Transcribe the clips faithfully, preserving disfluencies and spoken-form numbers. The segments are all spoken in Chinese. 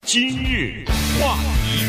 今日话题，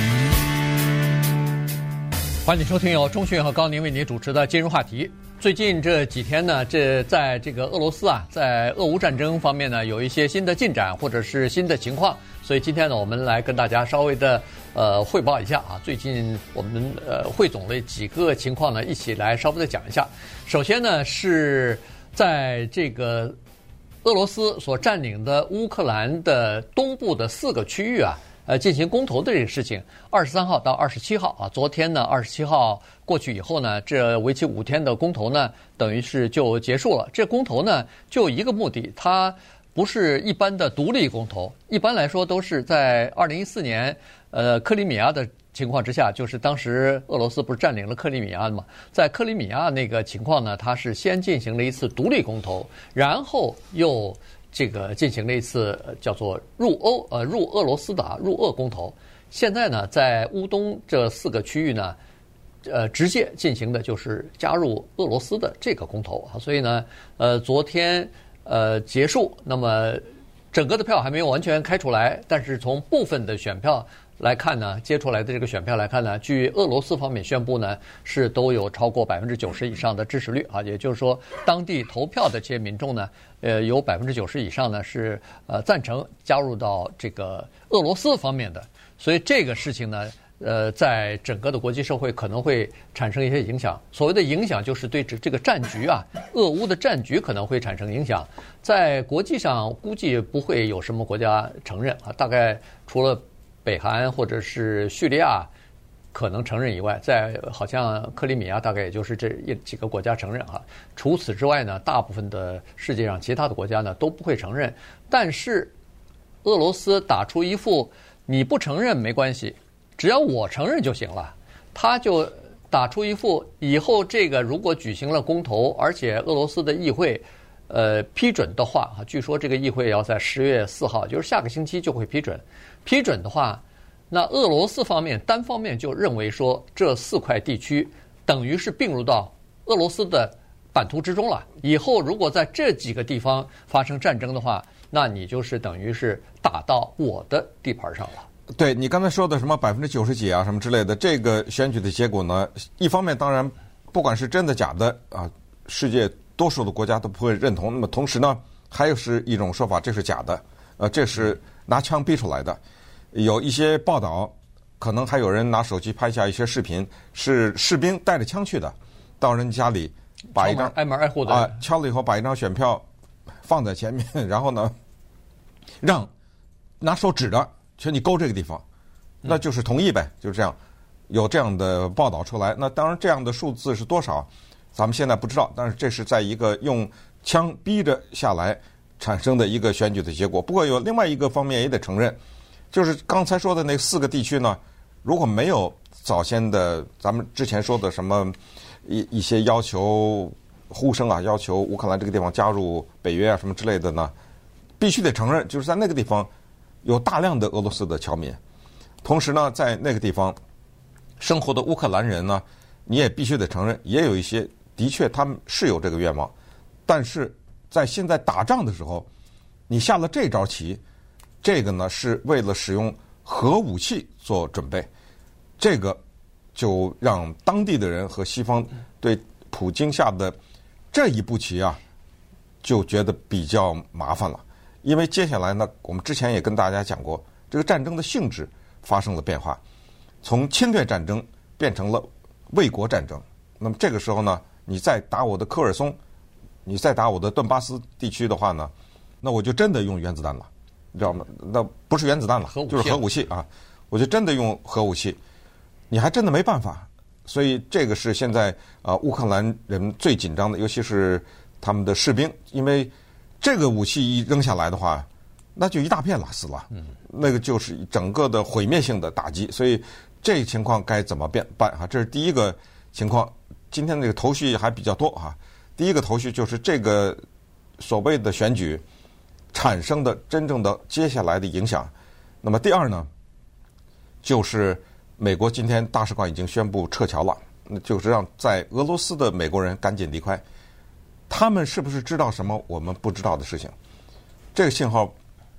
欢迎收听由钟迅和高宁为您主持的今日话题。最近这几天呢，这在这个俄罗斯啊，在俄乌战争方面呢，有一些新的进展或者是新的情况，所以今天呢，我们来跟大家稍微的呃汇报一下啊。最近我们呃汇总了几个情况呢，一起来稍微的讲一下。首先呢，是在这个俄罗斯所占领的乌克兰的东部的四个区域啊，呃，进行公投的这个事情，二十三号到二十七号啊，昨天呢，二十七号过去以后呢，这为期五天的公投呢，等于是就结束了。这公投呢，就一个目的，它不是一般的独立公投，一般来说都是在二零一四年，呃，克里米亚的情况之下，就是当时俄罗斯不是占领了克里米亚嘛，在克里米亚那个情况呢，它是先进行了一次独立公投，然后又这个进行了一次叫做入欧呃入俄罗斯的啊入俄公投。现在呢，在乌东这四个区域呢，呃，直接进行的就是加入俄罗斯的这个公投啊。所以呢，呃，昨天呃结束，那么整个的票还没有完全开出来，但是从部分的选票来看呢，接出来的这个选票来看呢，据俄罗斯方面宣布呢，是都有超过百分之九十以上的支持率啊，也就是说，当地投票的这些民众呢，呃，有百分之九十以上呢是呃赞成加入到这个俄罗斯方面的，所以这个事情呢，呃，在整个的国际社会可能会产生一些影响。所谓的影响，就是对这这个战局啊，俄乌的战局可能会产生影响。在国际上估计不会有什么国家承认啊，大概除了北韩或者是叙利亚可能承认以外，在好像克里米亚大概也就是这一几个国家承认哈。除此之外呢，大部分的世界上其他的国家呢都不会承认。但是俄罗斯打出一副你不承认没关系，只要我承认就行了，他就打出一副以后这个如果举行了公投，而且俄罗斯的议会呃批准的话，据说这个议会要在十月四号，就是下个星期就会批准。批准的话，那俄罗斯方面单方面就认为说这四块地区等于是并入到俄罗斯的版图之中了。以后如果在这几个地方发生战争的话，那你就是等于是打到我的地盘上了。 对，你刚才说的什么百分之九十几啊什么之类的，这个选举的结果呢，一方面当然不管是真的假的啊，世界多数的国家都不会认同。那么同时呢，还有是一种说法，这是假的，呃，这是拿枪逼出来的。有一些报道，可能还有人拿手机拍下一些视频，是士兵带着枪去的，到人家里把一张挨门挨户的啊敲了以后，把一张选票放在前面，然后呢，让拿手指着，说你勾这个地方，那就是同意呗，就是这样。有这样的报道出来，那当然这样的数字是多少，咱们现在不知道，但是这是在一个用枪逼着下来产生的一个选举的结果。不过有另外一个方面也得承认，就是刚才说的那四个地区呢，如果没有早先的咱们之前说的什么一一些要求呼声啊，要求乌克兰这个地方加入北约啊什么之类的呢，必须得承认，就是在那个地方有大量的俄罗斯的侨民，同时呢，在那个地方生活的乌克兰人呢，你也必须得承认，也有一些的确他们是有这个愿望，但是在现在打仗的时候，你下了这招棋，这个呢是为了使用核武器做准备，这个就让当地的人和西方对普京下的这一步棋啊，就觉得比较麻烦了。因为接下来呢，我们之前也跟大家讲过，这个战争的性质发生了变化，从侵略战争变成了卫国战争。那么这个时候呢，你再打我的科尔松，你再打我的顿巴斯地区的话呢，那我就真的用原子弹了。你知道吗？那不是原子弹了，就是核武器啊！我就真的用核武器，你还真的没办法。所以这个是现在啊、呃、乌克兰人最紧张的，尤其是他们的士兵，因为这个武器一扔下来的话，那就一大片了，死了。嗯，那个就是整个的毁灭性的打击。所以这情况该怎么变办啊？这是第一个情况。今天这个头绪还比较多啊。第一个头绪就是这个所谓的选举产生的真正的接下来的影响。那么第二呢，就是美国今天大使馆已经宣布撤侨了，那就是让在俄罗斯的美国人赶紧离开。他们是不是知道什么我们不知道的事情？这个信号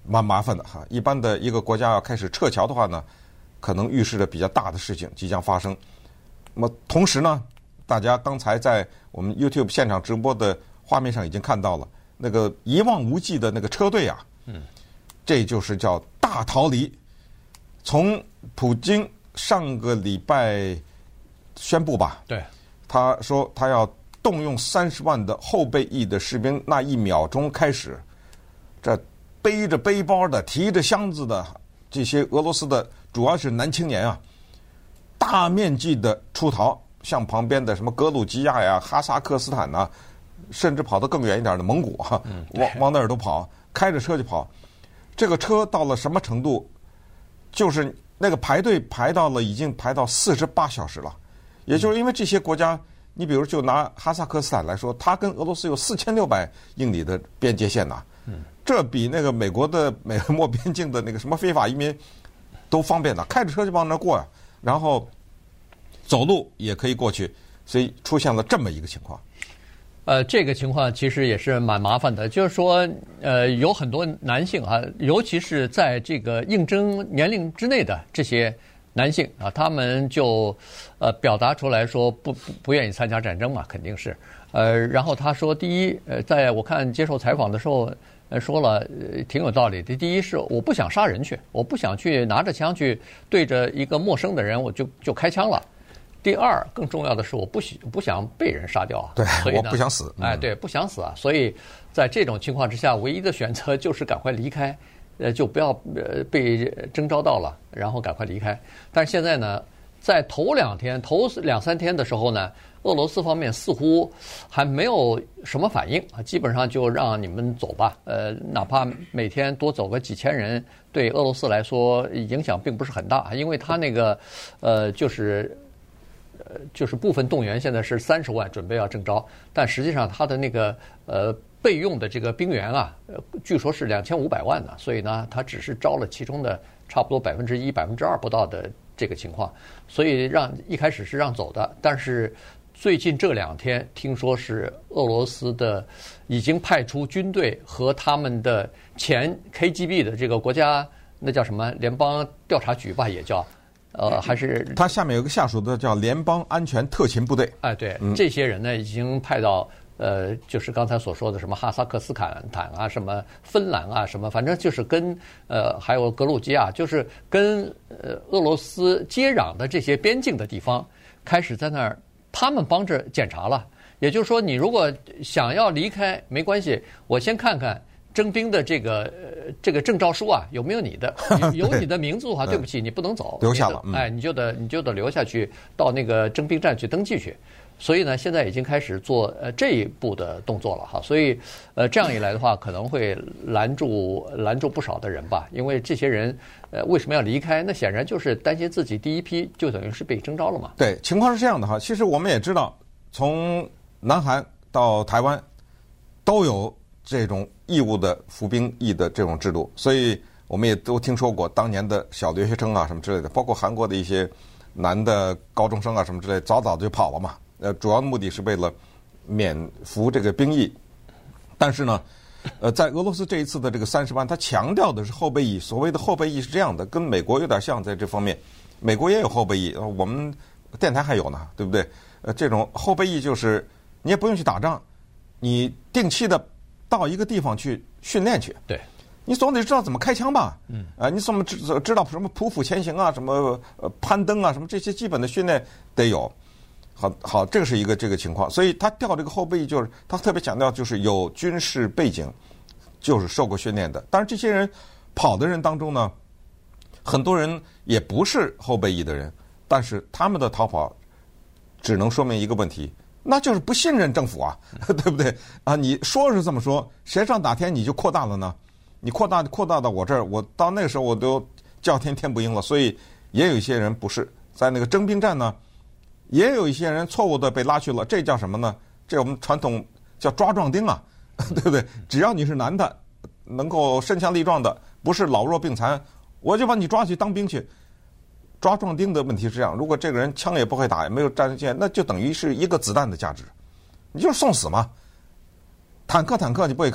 蛮麻烦的哈。一般的一个国家要开始撤侨的话呢，可能预示着比较大的事情即将发生。那么同时呢，大家刚才在我们 YouTube 现场直播的画面上已经看到了那个一望无际的那个车队啊，嗯，这就是叫大逃离。从普京上个礼拜宣布吧， 对， 他说他要动用三十万的后备役的士兵，那一秒钟开始，这背着背包的、提着箱子的这些俄罗斯的，主要是男青年啊，大面积的出逃，向旁边的什么格鲁吉亚呀、哈萨克斯坦呐、啊，甚至跑得更远一点的蒙古啊，嗯、往往那儿都跑，开着车就跑。这个车到了什么程度？就是那个排队排到了，已经排到四十八小时了。也就是因为这些国家，你比如就拿哈萨克斯坦来说，它跟俄罗斯有四千六百英里的边界线呐，嗯，这比那个美国的美墨边境的那个什么非法移民都方便的，开着车就往那过呀，然后走路也可以过去，所以出现了这么一个情况。 呃，这个情况其实也是蛮麻烦的，就是说，呃，有很多男性啊，尤其是在这个应征年龄之内的这些男性啊，他们就呃表达出来说不不不愿意参加战争嘛，肯定是。呃，然后他说，第一，呃，在我看接受采访的时候，呃，说了、呃、挺有道理的。第一是我不想杀人去，我不想去拿着枪去对着一个陌生的人我就就开枪了。第二，更重要的是，我不喜不想被人杀掉啊。 对， 所以我不想死。 哎，对，不想死啊。所以在这种情况之下，唯一的选择就是赶快离开，呃，就不要呃被征召到了，然后赶快离开。但是现在呢，在头两天、头两三天的时候呢，俄罗斯方面似乎还没有什么反应啊，基本上就让你们走吧。呃，哪怕每天多走个几千人，对俄罗斯来说影响并不是很大，因为他那个呃就是。呃，就是部分动员现在是三十万准备要征召，但实际上他的那个呃备用的这个兵员啊，呃，据说是两千五百万呢，所以呢，他只是招了其中的差不多百分之一、百分之二不到的这个情况，所以让一开始是让走的，但是最近这两天听说是俄罗斯的已经派出军队和他们的前 K G B 的这个国家那叫什么联邦调查局吧，也叫。呃，还是他下面有个下属的叫联邦安全特勤部队。 哎，对，嗯、这些人呢已经派到呃，就是刚才所说的什么哈萨克斯坦坦啊，什么芬兰啊，什么，反正就是跟呃还有格鲁吉亚，就是跟呃俄罗斯接壤的这些边境的地方，开始在那儿他们帮着检查了。也就是说，你如果想要离开，没关系，我先看看。征兵的这个呃这个证照书啊，有没有你的？有有你的名字的话，对不起，你不能走， 留下了。 哎，你就得你就得留下去，到那个征兵站去登记去。所以呢，现在已经开始做呃这一步的动作了哈。所以呃这样一来的话，可能会拦住拦住不少的人吧。因为这些人呃为什么要离开？那显然就是担心自己第一批就等于是被征召了嘛。 对，情况是这样的哈。其实我们也知道，从南韩到台湾都有这种义务的服兵役的这种制度，所以我们也都听说过当年的小留学生啊什么之类的，包括韩国的一些男的高中生啊什么之类的，早早就跑了嘛。呃，主要的目的是为了免服这个兵役。但是呢，呃，在俄罗斯这一次的这个三十万，他强调的是后备役。所谓的后备役是这样的，跟美国有点像，在这方面，美国也有后备役，我们电台还有呢，对不对？呃，这种后备役就是你也不用去打仗，你定期的到一个地方去训练去， 对， 你总得知道怎么开枪吧？嗯，啊，你怎么知知道什么匍匐前行啊，什么呃攀登啊，什么这些基本的训练得有。好，好，这个是一个这个情况，所以他调这个后备役，就是他特别强调就是有军事背景，就是受过训练的。当然，这些人跑的人当中呢，很多人也不是后备役的人，但是他们的逃跑只能说明一个问题。那就是不信任政府啊，对不对啊？你说是这么说，谁上哪天你就扩大了呢？你扩大扩大到我这儿，我到那个时候我都叫天天不应了。所以也有一些人不是在那个征兵站呢，也有一些人错误的被拉去了。这叫什么呢？这我们传统叫抓壮丁啊，对不对？只要你是男的，能够身强力壮的，不是老弱病残，我就把你抓去当兵去。抓壮丁的问题是这样，如果这个人枪也不会打，也没有战斗经验，那就等于是一个子弹的价值，你就是送死嘛。坦克坦克你不会开，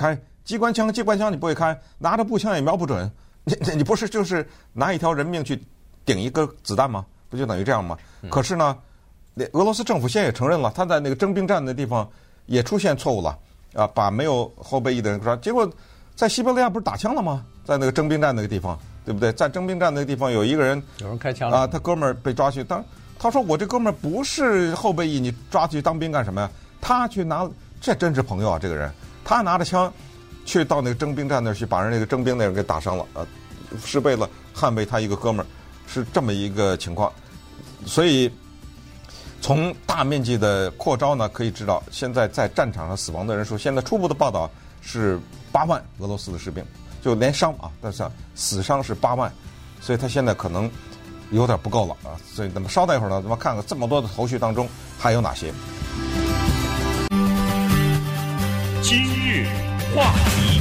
机关枪，机关枪你不会开，拿着步枪也瞄不准，你你不是就是拿一条人命去顶一个子弹吗？不就等于这样吗？嗯、可是呢，俄罗斯政府现在也承认了，他在那个征兵站的地方也出现错误了啊，把没有后备役的人抓，结果在西伯利亚不是打枪了吗？在那个征兵站那个地方，对不对？在征兵站那个地方有一个人有人开枪了啊，他哥们儿被抓去当。他说：“我这哥们儿不是后备役，你抓去当兵干什么呀？他去拿，这真是朋友啊！这个人，他拿着枪去到那个征兵站那儿去，把人那个征兵那人给打伤了，呃，是为了捍卫他一个哥们儿，是这么一个情况。所以从大面积的扩招呢，可以知道，现在在战场上死亡的人数，现在初步的报道是八万俄罗斯的士兵，就连伤啊，但是死伤是八万，所以他现在可能。”有点不够了啊，所以那么稍待一会儿呢，咱们看看这么多的头绪当中还有哪些。 今日话题，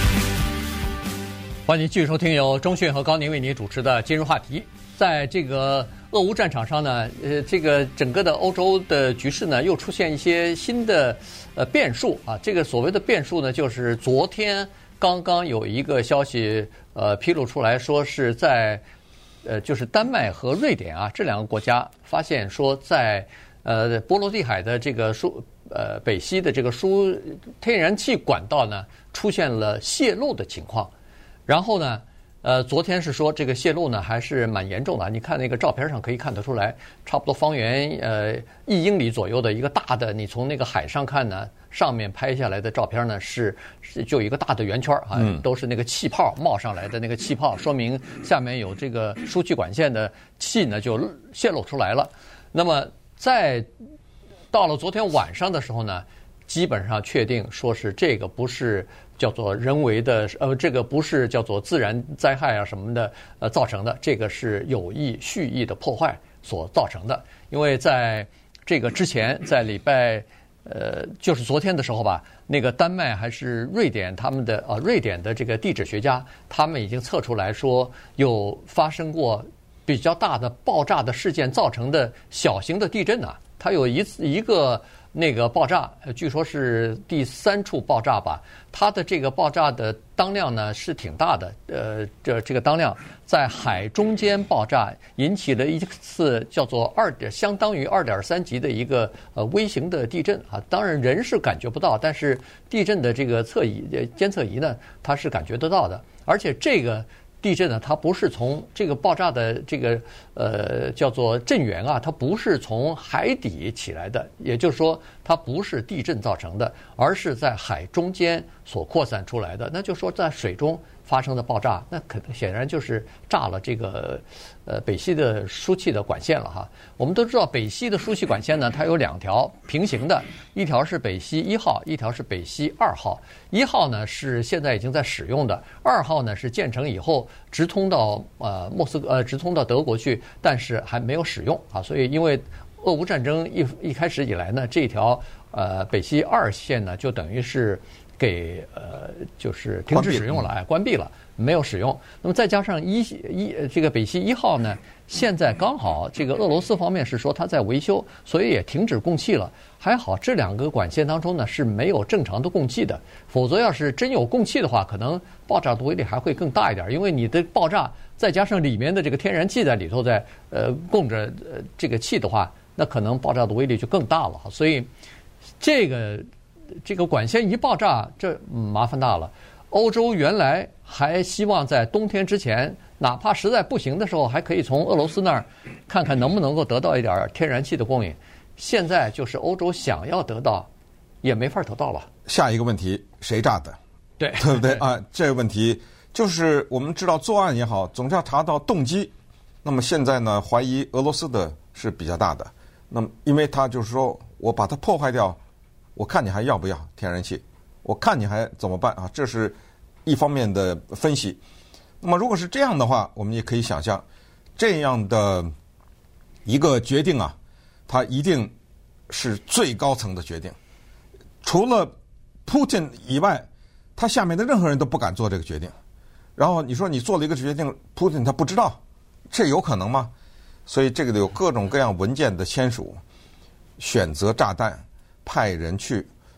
欢迎继续收听由钟迅和高宁为您主持的今日话题。在这个俄乌战场上呢，呃，这个整个的欧洲的局势呢，又出现一些新的呃变数啊。这个所谓的变数呢，就是昨天刚刚有一个消息呃披露出来说是在。呃，就是丹麦和瑞典啊，这两个国家发现说在，呃波罗的海的这个输呃北溪的这个输天然气管道呢出现了泄漏的情况，然后呢，呃昨天是说这个泄漏呢还是蛮严重的，你看那个照片上可以看得出来，差不多方圆呃一英里左右的一个大的，你从那个海上看呢。上面拍下来的照片呢是是就一个大的圆圈啊，都是那个气泡冒上来的那个气泡，说明下面有这个输气管线的气呢就泄露出来了。那么在到了昨天晚上的时候呢，基本上确定说是这个不是叫做人为的，呃，这个不是叫做自然灾害啊什么的呃造成的，这个是有意蓄意的破坏所造成的。因为在这个之前，在礼拜。呃，就是昨天的时候吧，那个丹麦还是瑞典，他们的呃瑞典的这个地质学家，他们已经测出来说有发生过比较大的爆炸的事件造成的小型的地震啊，它有一次一个那个爆炸，据说是第三处爆炸吧，它的这个爆炸的当量呢是挺大的，呃，这这个当量在海中间爆炸，引起了一次叫做二点相当于二点三级的一个呃微型的地震啊，当然人是感觉不到，但是地震的这个测仪监测仪呢，它是感觉得到的，而且这个。地震呢，它不是从这个爆炸的这个呃叫做震源啊，它不是从海底起来的，也就是说它不是地震造成的，而是在海中间所扩散出来的。那就说在水中发生的爆炸，那可能显然就是炸了这个呃北溪的输气的管线了哈。我们都知道北溪的输气管线呢，它有两条平行的，一条是北溪一号，一条是北溪二号。一号呢是现在已经在使用的，二号呢是建成以后直通到呃莫斯科呃直通到德国去，但是还没有使用啊。所以因为俄乌战争一一开始以来呢，这条呃北溪二线呢就等于是。给呃就是停止使用了，哎，关闭了，没有使用。那么再加上一一这个北溪一号呢，现在刚好这个俄罗斯方面是说它在维修，所以也停止供气了。还好这两个管线当中呢是没有正常的供气的，否则要是真有供气的话，可能爆炸的威力还会更大一点，因为你的爆炸再加上里面的这个天然气在里头在呃供着呃这个气的话，那可能爆炸的威力就更大了。所以这个。这个管线一爆炸，这、嗯、麻烦大了。欧洲原来还希望在冬天之前，哪怕实在不行的时候，还可以从俄罗斯那儿看看能不能够得到一点天然气的供应。现在就是欧洲想要得到，也没法得到了。 下一个问题，谁炸的？ 对， 对不对啊？这个问题就是我们知道作案也好，总是要查到动机。那么现在呢，怀疑俄罗斯的是比较大的。那么因为他就是说我把它破坏掉。我看你还要不要天然气？我看你还怎么办啊？这是一方面的分析。那么如果是这样的话，我们也可以想象，这样的一个决定啊，它一定是最高层的决定。除了普京以外，他下面的任何人都不敢做这个决定。然后你说你做了一个决定，普京他不知道，这有可能吗？所以这个有各种各样文件的签署，选择炸弹。派人去，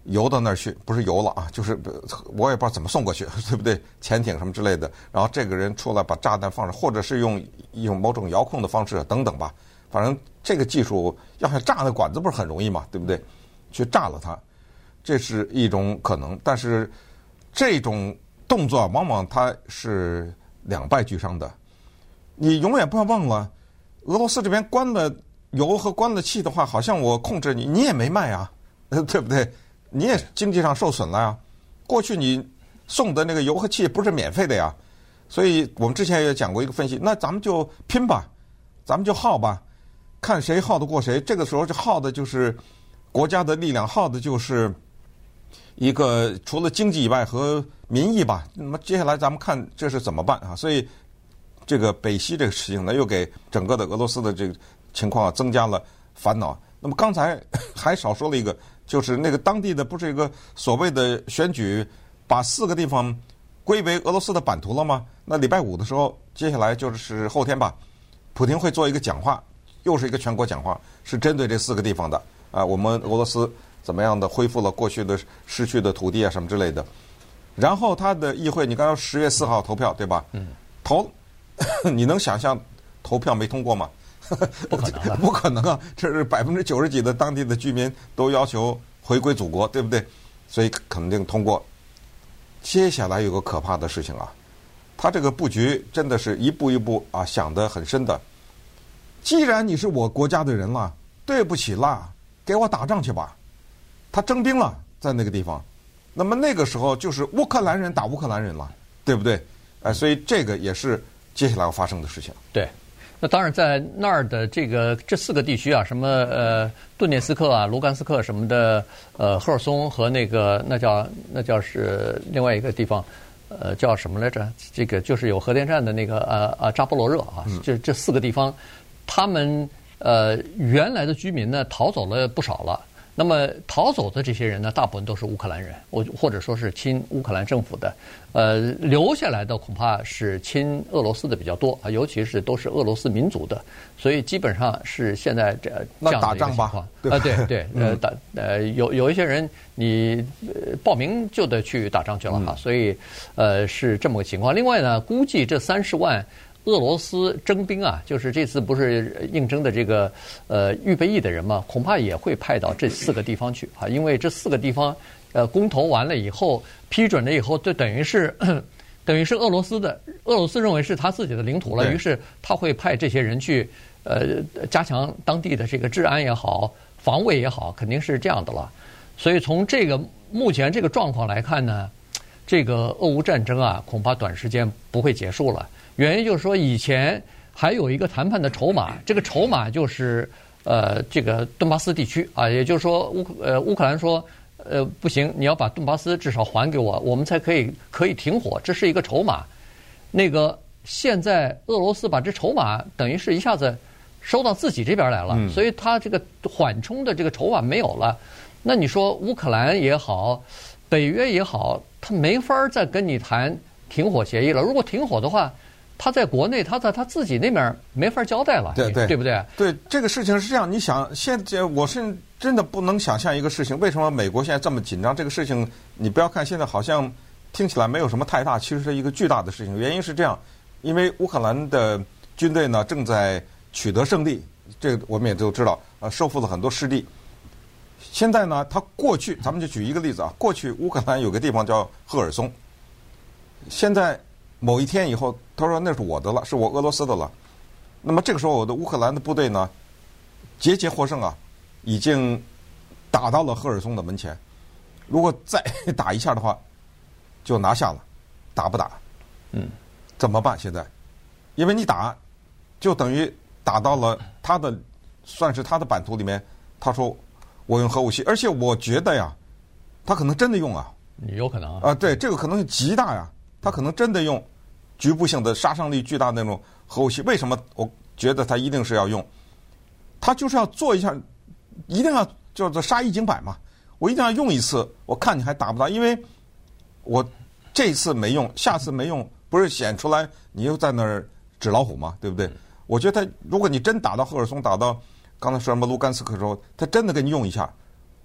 游到那儿去，不是游了啊，就是我也不知道怎么送过去，对不对？潜艇什么之类的，然后这个人出来把炸弹放上，或者是用用某种遥控的方式等等吧。反正这个技术要想炸那管子不是很容易嘛，对不对？去炸了它，这是一种可能。但是这种动作往往它是两败俱伤的。你永远不要忘了，俄罗斯这边关了油和关了气的话，好像我控制你，你也没卖啊，对不对？你也经济上受损了呀。过去你送的那个油和气不是免费的呀，所以我们之前也讲过一个分析，那咱们就拼吧，咱们就耗吧，看谁耗得过谁。这个时候就耗的就是国家的力量，耗的就是一个除了经济以外和民意吧。那么接下来咱们看这是怎么办啊？所以这个北溪这个事情呢，又给整个的俄罗斯的这个情况增加了烦恼。那么刚才还少说了一个，就是那个当地的不是一个所谓的选举，把四个地方归为俄罗斯的版图了吗？那礼拜五的时候，接下来就是后天吧，普京会做一个讲话，又是一个全国讲话，是针对这四个地方的啊。我们俄罗斯怎么样的恢复了过去的失去的土地啊什么之类的。然后他的议会，你刚刚十月四号投票对吧？嗯。投，你能想象投票没通过吗？ 不可能， 不可能啊！这是百分之九十几的当地的居民都要求回归祖国，对不对？所以肯定通过。接下来有个可怕的事情啊，他这个布局真的是一步一步啊想得很深的。既然你是我国家的人了，对不起啦，给我打仗去吧。他征兵了，在那个地方，那么那个时候就是乌克兰人打乌克兰人了，对不对？哎、呃，所以这个也是接下来要发生的事情。 对。那当然，在那儿的这个这四个地区啊，什么呃顿涅斯克啊、卢甘斯克什么的，呃赫尔松和那个那叫那叫是另外一个地方，呃叫什么来着？这个就是有核电站的那个呃呃扎波罗热啊，这这四个地方，他们呃原来的居民呢逃走了不少了。那么逃走的这些人呢，大部分都是乌克兰人，我或者说是亲乌克兰政府的，呃，留下来的恐怕是亲俄罗斯的比较多啊，尤其是都是俄罗斯民族的，所以基本上是现在这这样的一个情况啊，对对，呃打呃有有一些人你报名就得去打仗去了哈，所以呃是这么个情况。另外呢，估计这三十万。俄罗斯征兵啊，就是这次不是应征的这个呃预备役的人嘛，恐怕也会派到这四个地方去啊，因为这四个地方呃公投完了以后批准了以后，就等于是等于是俄罗斯的，俄罗斯认为是他自己的领土了，于是他会派这些人去呃加强当地的这个治安也好，防卫也好，肯定是这样的了。所以从这个目前这个状况来看呢，这个俄乌战争啊，恐怕短时间不会结束了。原因就是说，以前还有一个谈判的筹码，这个筹码就是呃这个顿巴斯地区啊，也就是说乌呃乌克兰说呃不行，你要把顿巴斯至少还给我，我们才可以可以停火，这是一个筹码。那个现在俄罗斯把这筹码等于是一下子收到自己这边来了，嗯、所以他这个缓冲的这个筹码没有了。那你说乌克兰也好，北约也好，他没法再跟你谈停火协议了。如果停火的话，他在国内，他在他自己那边没法交代了， 对对， 对不对？ 对，这个事情是这样。你想，现在我是真的不能想象一个事情，为什么美国现在这么紧张？这个事情，你不要看现在好像听起来没有什么太大，其实是一个巨大的事情。原因是这样，因为乌克兰的军队呢正在取得胜利，这个我们也都知道，呃，收复了很多失地。现在呢，他过去，咱们就举一个例子啊，过去乌克兰有个地方叫赫尔松，现在。某一天以后，他说那是我的了，是我俄罗斯的了。那么这个时候，我的乌克兰的部队呢，节节获胜啊，已经打到了赫尔松的门前。如果再打一下的话，就拿下了。打不打？嗯，怎么办？现在，因为你打，就等于打到了他的，算是他的版图里面。他说我用核武器，而且我觉得呀，他可能真的用啊。 有可能啊。 啊，对，这个可能性极大呀。他可能真的用局部性的杀伤力巨大的那种核武器，为什么我觉得他一定是要用？他就是要做一下，一定要叫做杀一儆百嘛。我一定要用一次，我看你还打不打？因为我这次没用，下次没用，不是显出来你又在那儿纸老虎嘛，对不对？我觉得他，如果你真打到赫尔松，打到刚才说什么卢甘斯克的时候，他真的给你用一下，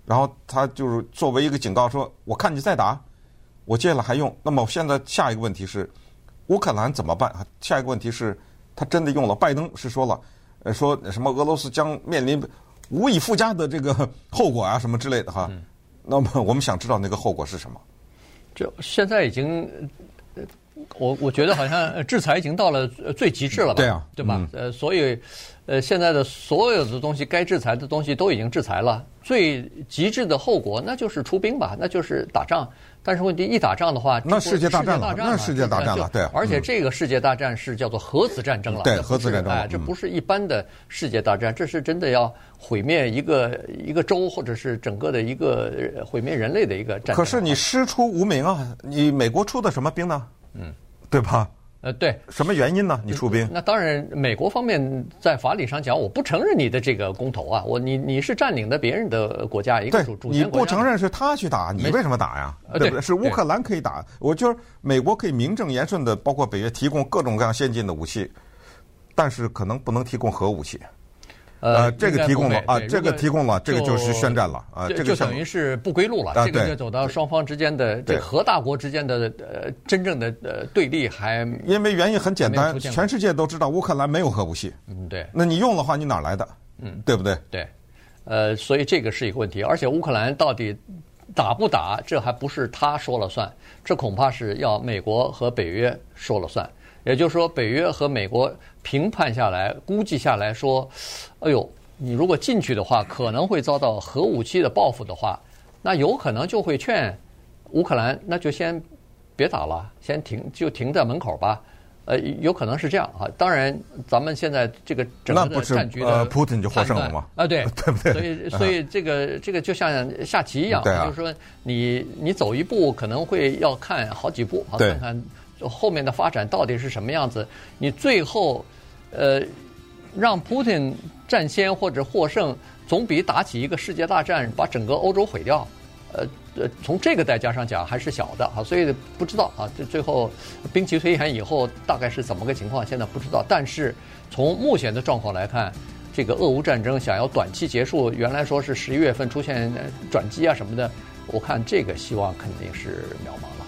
然后他就是作为一个警告说，我看你再打，我接下来还用。那么现在下一个问题是，乌克兰怎么办？下一个问题是，他真的用了？拜登是说了，呃，说什么俄罗斯将面临无以复加的这个后果啊，什么之类的哈。嗯、那么我们想知道那个后果是什么？ 这现在已经。我我觉得好像制裁已经到了最极致了吧？ 对啊， 对吧？嗯、呃，所以，呃，现在的所有的东西，该制裁的东西都已经制裁了。最极致的后果，那就是出兵吧，那就是打仗。但是问题一打仗的话， 那世界大战了，那世界大战了，对。 而且这个世界大战是叫做核子战争了， 对，核子战争。 哎，这不是一般的世界大战，这是真的要毁灭一个一个州，或者是整个的一个毁灭人类的一个战争。 可是你师出无名啊，你美国出的什么兵呢？嗯，对吧？ 呃，对， 什么原因呢？你出兵？ 那当然，美国方面在法理上讲，我不承认你的这个公投啊，我你你是占领的别人的国家一个主主权国家， 你不承认是他去打，你为什么打呀？对不对？是乌克兰可以打，我觉得美国可以名正言顺的，包括北约提供各种各样先进的武器，但是可能不能提供核武器。呃，这个提供了啊，这个提供了，这个就是宣战了啊，这个就等于是不归路了。这个就走到双方之间的这核大国之间的呃真正的呃对立还。 因为原因很简单，全世界都知道乌克兰没有核武器。 嗯，对。 那你用的话，你哪来的？嗯，对不对？ 对。呃，所以这个是一个问题，而且乌克兰到底打不打，这还不是他说了算，这恐怕是要美国和北约说了算。也就是说，北约和美国评判下来、估计下来说，哎呦，你如果进去的话，可能会遭到核武器的报复的话，那有可能就会劝乌克兰，那就先别打了，先停，就停在门口吧。呃，有可能是这样啊。当然，咱们现在这个整个的战局的呃，普京就获胜了吗？ 啊，对， 对不对？ 所以，所以这个这个就像下棋一样， 啊、 就是说你你走一步，可能会要看好几步，啊，看看后面的发展到底是什么样子。你最后，呃，让普京占先或者获胜，总比打起一个世界大战把整个欧洲毁掉，呃。呃，从这个代价上讲还是小的啊，所以不知道啊，这最后兵棋推演以后大概是怎么个情况，现在不知道。但是从目前的状况来看，这个俄乌战争想要短期结束，原来说是十一月份出现转机啊什么的，我看这个希望肯定是渺茫了。